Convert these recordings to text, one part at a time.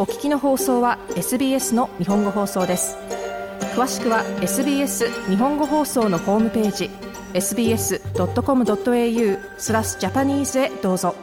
お聞きの放送は SBS の日本語放送です。詳しくは SBS 日本語放送のホームページ sbs.com.au/Japanese へどうぞ。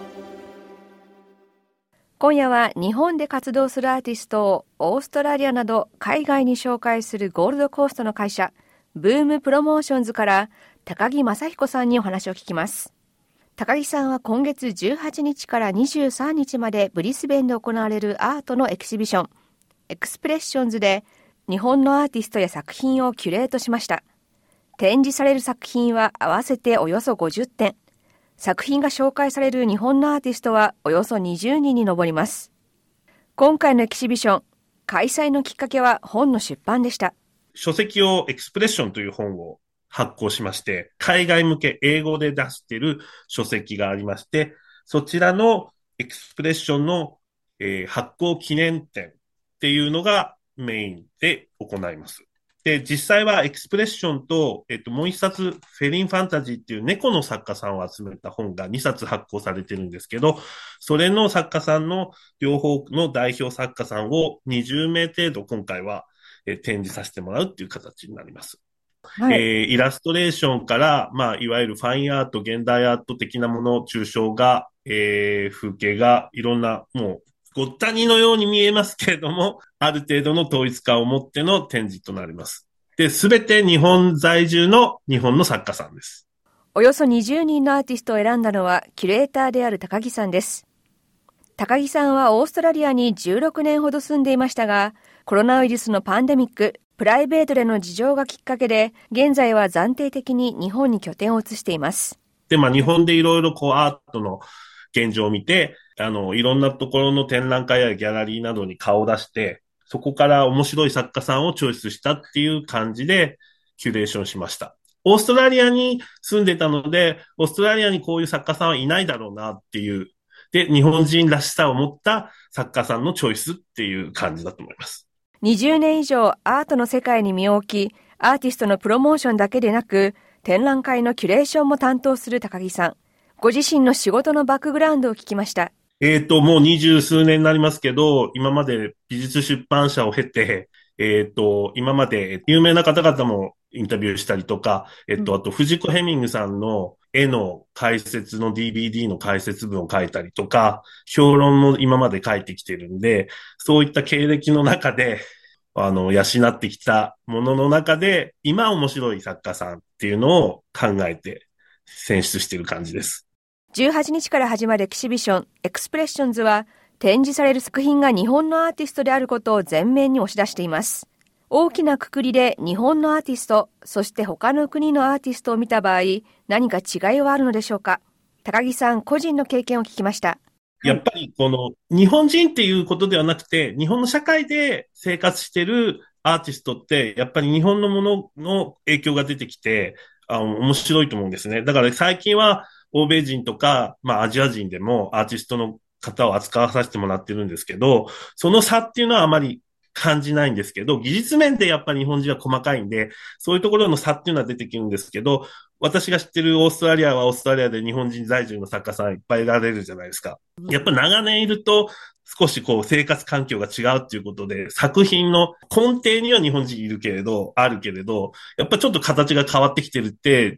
今夜は日本で活動するアーティストをオーストラリアなど海外に紹介するゴールドコーストの会社ブームプロモーションズから高木雅彦さんにお話を聞きます。高木さんは今月18日から23日までブリスベンで行われるアートのエキシビションエクスプレッションズで日本のアーティストや作品をキュレートしました。展示される作品は合わせておよそ50点。作品が紹介される日本のアーティストはおよそ20人に上ります。今回のエキシビション、開催のきっかけは本の出版でした。 書籍をエクスプレッションという本を発行しまして、海外向け英語で出している書籍がありまして、そちらのエクスプレッションの、発行記念展っていうのがメインで行います。で、実際はエクスプレッションと、もう一冊、フェリンファンタジーっていう猫の作家さんを集めた本が2冊発行されてるんですけど、それの作家さんの両方の代表作家さんを20名程度今回は展示させてもらうっていう形になります。 はい。 イラストレーションから、いわゆるファインアート、現代アート的なもの、抽象画、風景画、いろんな、もう、ごったにのように見えますけれども、ある程度の統一感を持っての展示となります。で、すべて日本在住の日本の作家さんです。 およそ20人のアーティストを選んだのはキュレーターである高木さんです。高木さんはオーストラリアに16年ほど住んでいましたが、コロナウイルスのパンデミック、プライベートでの事情がきっかけで、現在は暫定的に日本に拠点を移しています。 で、日本でいろいろアートの現状を見て、いろんなところの展覧会やギャラリーなどに顔を出して、そこから面白い作家さんをチョイスしたっていう感じで、キュレーションしました。オーストラリアに住んでたので、オーストラリアにこういう作家さんはいないだろうなっていう、で、日本人らしさを持った作家さんのチョイスっていう感じだと思います。 20年以上アートの世界に身を置き、アーティストのプロモーションだけでなく、展覧会のキュレーションも担当する高木さん。ご自身の仕事のバックグラウンドを聞きました。 もう20数年になりますけど、今まで美術出版社を経て、今まで有名な方々もインタビューしたりとか、あと藤子ヘミングさんの絵の解説の DVD の解説文を書いたりとか、評論も今まで書いてきてるんで、そういった経歴の中で、養ってきたものの中で、今面白い作家さんっていうのを考えて選出している感じです。 18日から始まるエキシビション、エクスプレッションズは、展示される作品が日本のアーティストであることを前面に押し出しています。大きな括りで日本のアーティスト、そして他の国のアーティストを見た場合、何か違いはあるのでしょうか。高木さん個人の経験を聞きました。 やっぱりこの日本人っていうことではなくて、日本の社会で生活してるアーティストって、やっぱり日本のものの影響が出てきて、面白いと思うんですね。だから最近は欧米人とか、アジア人でもアーティストの方を扱わさせてもらってるんですけど、その差っていうのはあまり感じないんですけど、技術面でやっぱり日本人は細かいんで、そういうところの差っていうのは出てくるんですけど、私が知ってるオーストラリアはオーストラリアで日本人在住の作家さんいっぱいいられるじゃないですか。やっぱ長年いると少し生活環境が違うっていうことで、作品の根底には日本人いるけれど、あるけれど、やっぱちょっと形が変わってきてるって、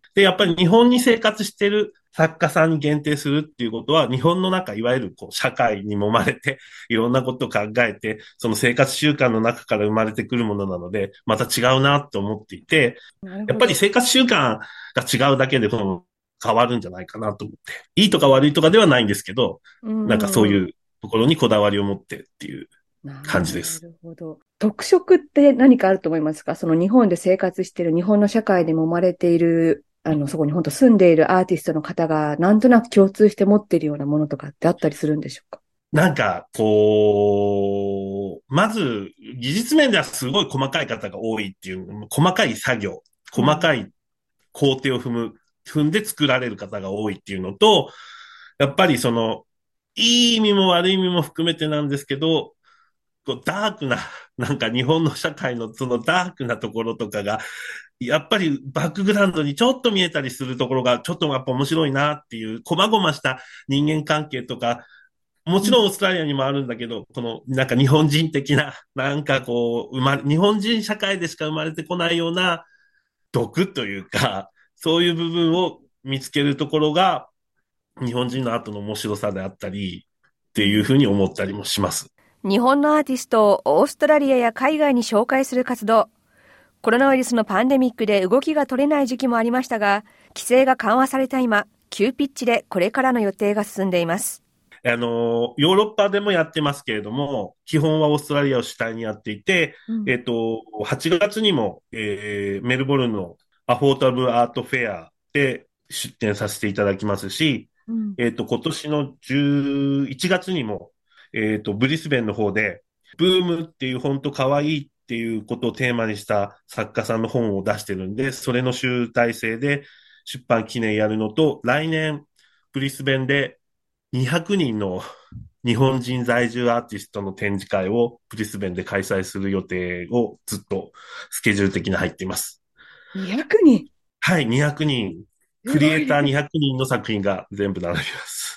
で、やっぱり日本に生活してる作家さんに限定するっていうことは、日本の中、いわゆる社会に揉まれて、いろんなことを考えて、その生活習慣の中から生まれてくるものなので、また違うなと思っていて、やっぱり生活習慣が違うだけで、変わるんじゃないかなと思って。いいとか悪いとかではないんですけど、なんかそういうところにこだわりを持ってっていう感じです。 なるほど。特色って何かあると思いますか？その日本で生活している日本の社会で揉まれている、そこに本当住んでいるアーティストの方がなんとなく共通して持っているようなものとかってあったりするんでしょうか？ なんか、まず、技術面ではすごい細かい方が多いっていう、細かい作業、細かい工程を踏んで作られる方が多いっていうのと、やっぱりいい意味も悪い意味も含めてなんですけど、ダークな、なんか日本の社会のそのダークなところとかが、やっぱりバックグラウンドにちょっと見えたりするところが、ちょっとやっぱ面白いなっていう、細々した人間関係とかもちろんオーストラリアにもあるんだけど、このなんか日本人的な、なんかこう、日本人社会でしか生まれてこないような毒というか、そういう部分を見つけるところが日本人のアートの面白さであったりっていうふうに思ったりもします。 日本のアーティストをオーストラリアや海外に紹介する活動。コロナウイルスのパンデミックで動きが取れない時期もありましたが、規制が緩和された今、急ピッチでこれからの予定が進んでいます。 ヨーロッパでもやってますけれども、基本はオーストラリアを主体にやっていて、8月にも、メルボルンのアフォータブルアートフェアで出展させていただきますし、今年の11月にも、ブリスベンの方で、ブームっていう本当可愛いっていうことをテーマにした作家さんの本を出してるんで、それの集大成で出版記念やるのと、来年、ブリスベンで200人の日本人在住アーティストの展示会をブリスベンで開催する予定をずっとスケジュール的に入っています。 200人？ はい、200人。クリエイター200人の作品が全部並びます。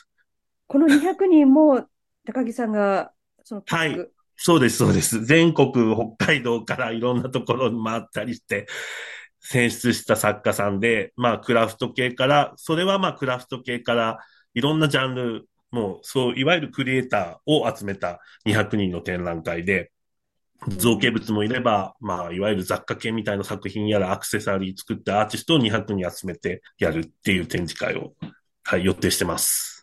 この200人も高木さんがそのピック？ はい。そうです、そうです。全国、北海道からいろんなところに回ったりして、選出した作家さんで、クラフト系から、それはクラフト系から、いろんなジャンル、もう、そう、いわゆるクリエイターを集めた200人の展覧会で、造形物もいれば、いわゆる雑貨系みたいな作品やらアクセサリー作ったアーティストを200人集めてやるっていう展示会を、はい、予定してます。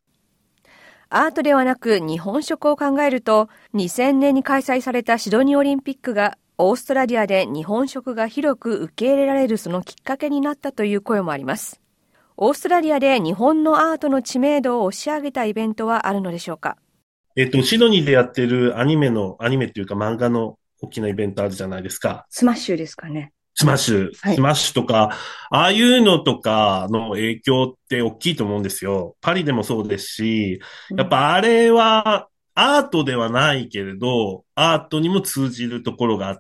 アートではなく日本食を考えると、2000年に開催されたシドニーオリンピックがオーストラリアで日本食が広く受け入れられるそのきっかけになったという声もあります。オーストラリアで日本のアートの知名度を押し上げたイベントはあるのでしょうか？ シドニーでやってるアニメっていうか漫画の大きなイベントあるじゃないですか。 スマッシュですかね。 スマッシュ、 はい、 スマッシュとか、ああいうのとかの影響って大きいと思うんですよ。パリでもそうですし、やっぱあれはアートではないけれど、アートにも通じるところがあって、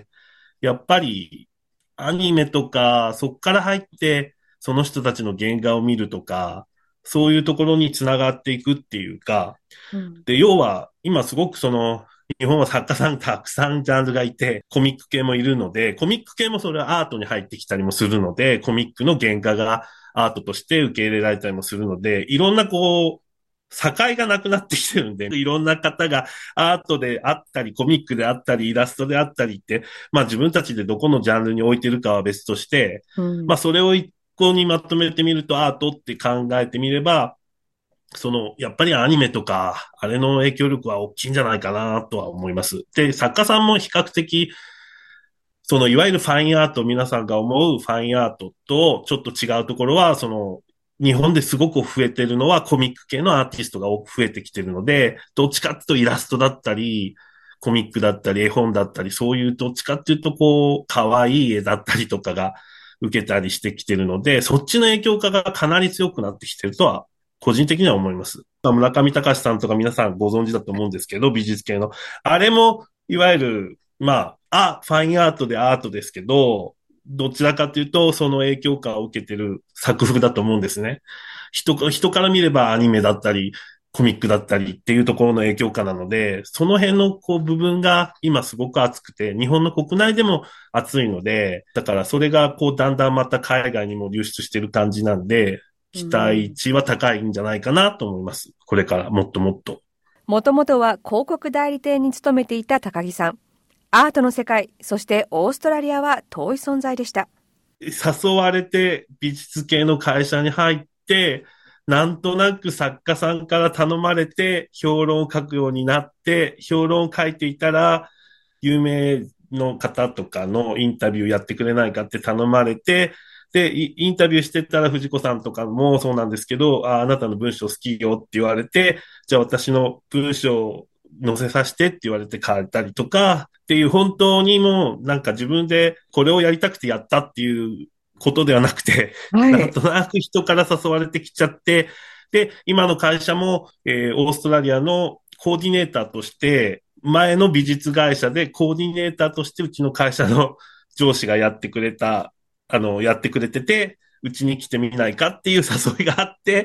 やっぱりアニメとか、そっから入って、その人たちの原画を見るとか、そういうところにつながっていくっていうか、で、要は、今すごく日本は作家さんたくさんジャンルがいて、コミック系もいるので、コミック系もそれはアートに入ってきたりもするので、コミックの原画がアートとして受け入れられたりもするので、いろんな境がなくなってきてるんで、いろんな方がアートであったり、コミックであったり、イラストであったりって、自分たちでどこのジャンルに置いてるかは別として、それを一個にまとめてみるとアートって考えてみれば、やっぱりアニメとか、あれの影響力は大きいんじゃないかなとは思います。で、作家さんも比較的、いわゆるファインアート、皆さんが思うファインアートとちょっと違うところは、日本ですごく増えてるのはコミック系のアーティストが増えてきてるので、どっちかっていうとイラストだったり、コミックだったり、絵本だったり、そういうどっちかっていうと可愛い絵だったりとかが受けたりしてきてるので、そっちの影響化がかなり強くなってきてるとは、個人的には思います。村上隆さんとか皆さんご存知だと思うんですけど、美術系の。あれも、いわゆる、ファインアートでアートですけど、どちらかというと、その影響下を受けてる作風だと思うんですね。人から見ればアニメだったり、コミックだったりっていうところの影響下なので、その辺の部分が今すごく熱くて、日本の国内でも熱いので、だからそれがだんだんまた海外にも流出してる感じなんで、期待値は高いんじゃないかなと思います。これからもっともっと。 もともとは広告代理店に勤めていた高木さん。アートの世界、そしてオーストラリアは遠い存在でした。 誘われて美術系の会社に入って、なんとなく作家さんから頼まれて評論を書くようになって、評論を書いていたら、有名の方とかのインタビューやってくれないかって頼まれて、で、インタビューしてたら藤子さんとかもそうなんですけど、あなたの文章好きよって言われて、じゃあ私の文章を載せさせてって言われて書いたりとか、っていう本当にもうなんか自分でこれをやりたくてやったっていうことではなくて、なんとなく人から誘われてきちゃって、で、今の会社も、オーストラリアのコーディネーターとして、前の美術会社でコーディネーターとしてうちの会社の上司がやってくれてて、うちに来てみないかっていう誘いがあって、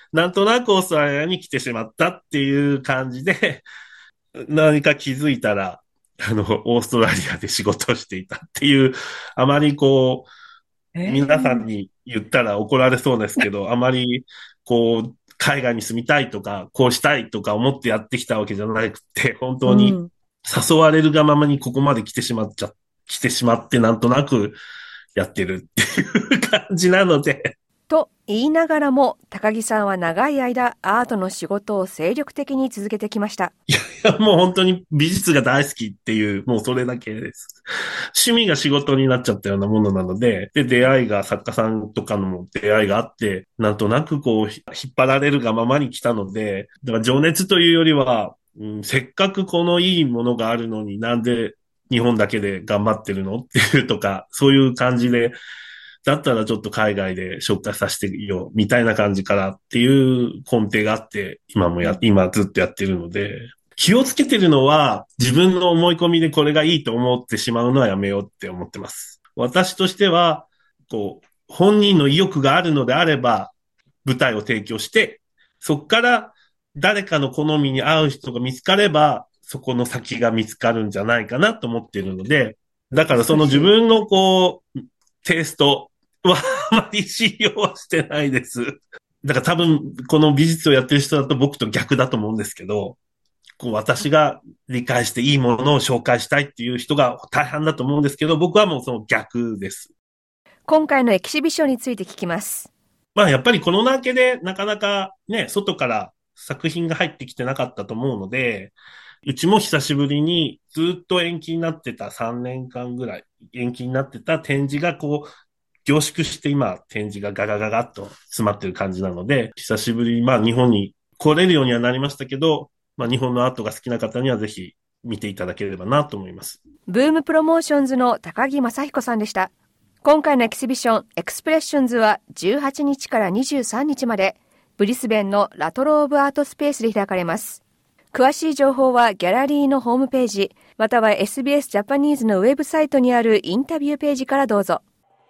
なんとなくオーストラリアに来てしまったっていう感じで、何か気づいたら、オーストラリアで仕事をしていたっていう、あまり皆さんに言ったら怒られそうですけど、あまり、海外に住みたいとか、こうしたいとか思ってやってきたわけじゃなくて、本当に誘われるがままにここまで来てしまってなんとなくやってるっていう感じなので。 と言いながらも、高木さんは長い間アートの仕事を精力的に続けてきました。 いや、もう本当に美術が大好きっていう、もうそれだけです。趣味が仕事になっちゃったようなものなので、出会いが作家さんとかのも出会いがあって、なんとなく引っ張られるがままに来たので、だから情熱というよりは、せっかくこのいいものがあるのになんで日本だけで頑張ってるのっていうとか、そういう感じで、だったらちょっと海外で紹介させてよ、みたいな感じからっていう根底があって、今ずっとやってるので、気をつけてるのは、自分の思い込みでこれがいいと思ってしまうのはやめようって思ってます。私としては、本人の意欲があるのであれば、舞台を提供して、そこから誰かの好みに合う人が見つかれば、そこの先が見つかるんじゃないかなと思っているので、だからその自分のテイストはあまり信用はしてないです。だから多分この美術をやってる人だと僕と逆だと思うんですけど、私が理解していいものを紹介したいっていう人が大半だと思うんですけど、僕はもうその逆です。 今回のエキシビションについて聞きます。 やっぱりコロナ明けでなかなかね、外から作品が入ってきてなかったと思うので、うちも久しぶりにずっと延期になってた3年間ぐらい延期になってた展示が凝縮して今展示がガガガガッと詰まってる感じなので、久しぶりに日本に来れるようにはなりましたけど、日本のアートが好きな方にはぜひ見ていただければなと思います。 ブームプロモーションズの高木雅彦さんでした。今回のエキシビションエクスプレッションズは18日から23日までブリスベンのラトローブアートスペースで開かれます。詳しい情報はギャラリーのホームページまたは SBS ジャパニーズのウェブサイトにあるインタビューページからどうぞ。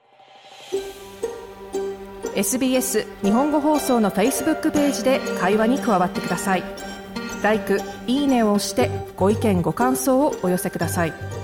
SBS 日本語放送の Facebook ページで会話に加わってください。LIKE、いいねを押してご意見ご感想をお寄せください。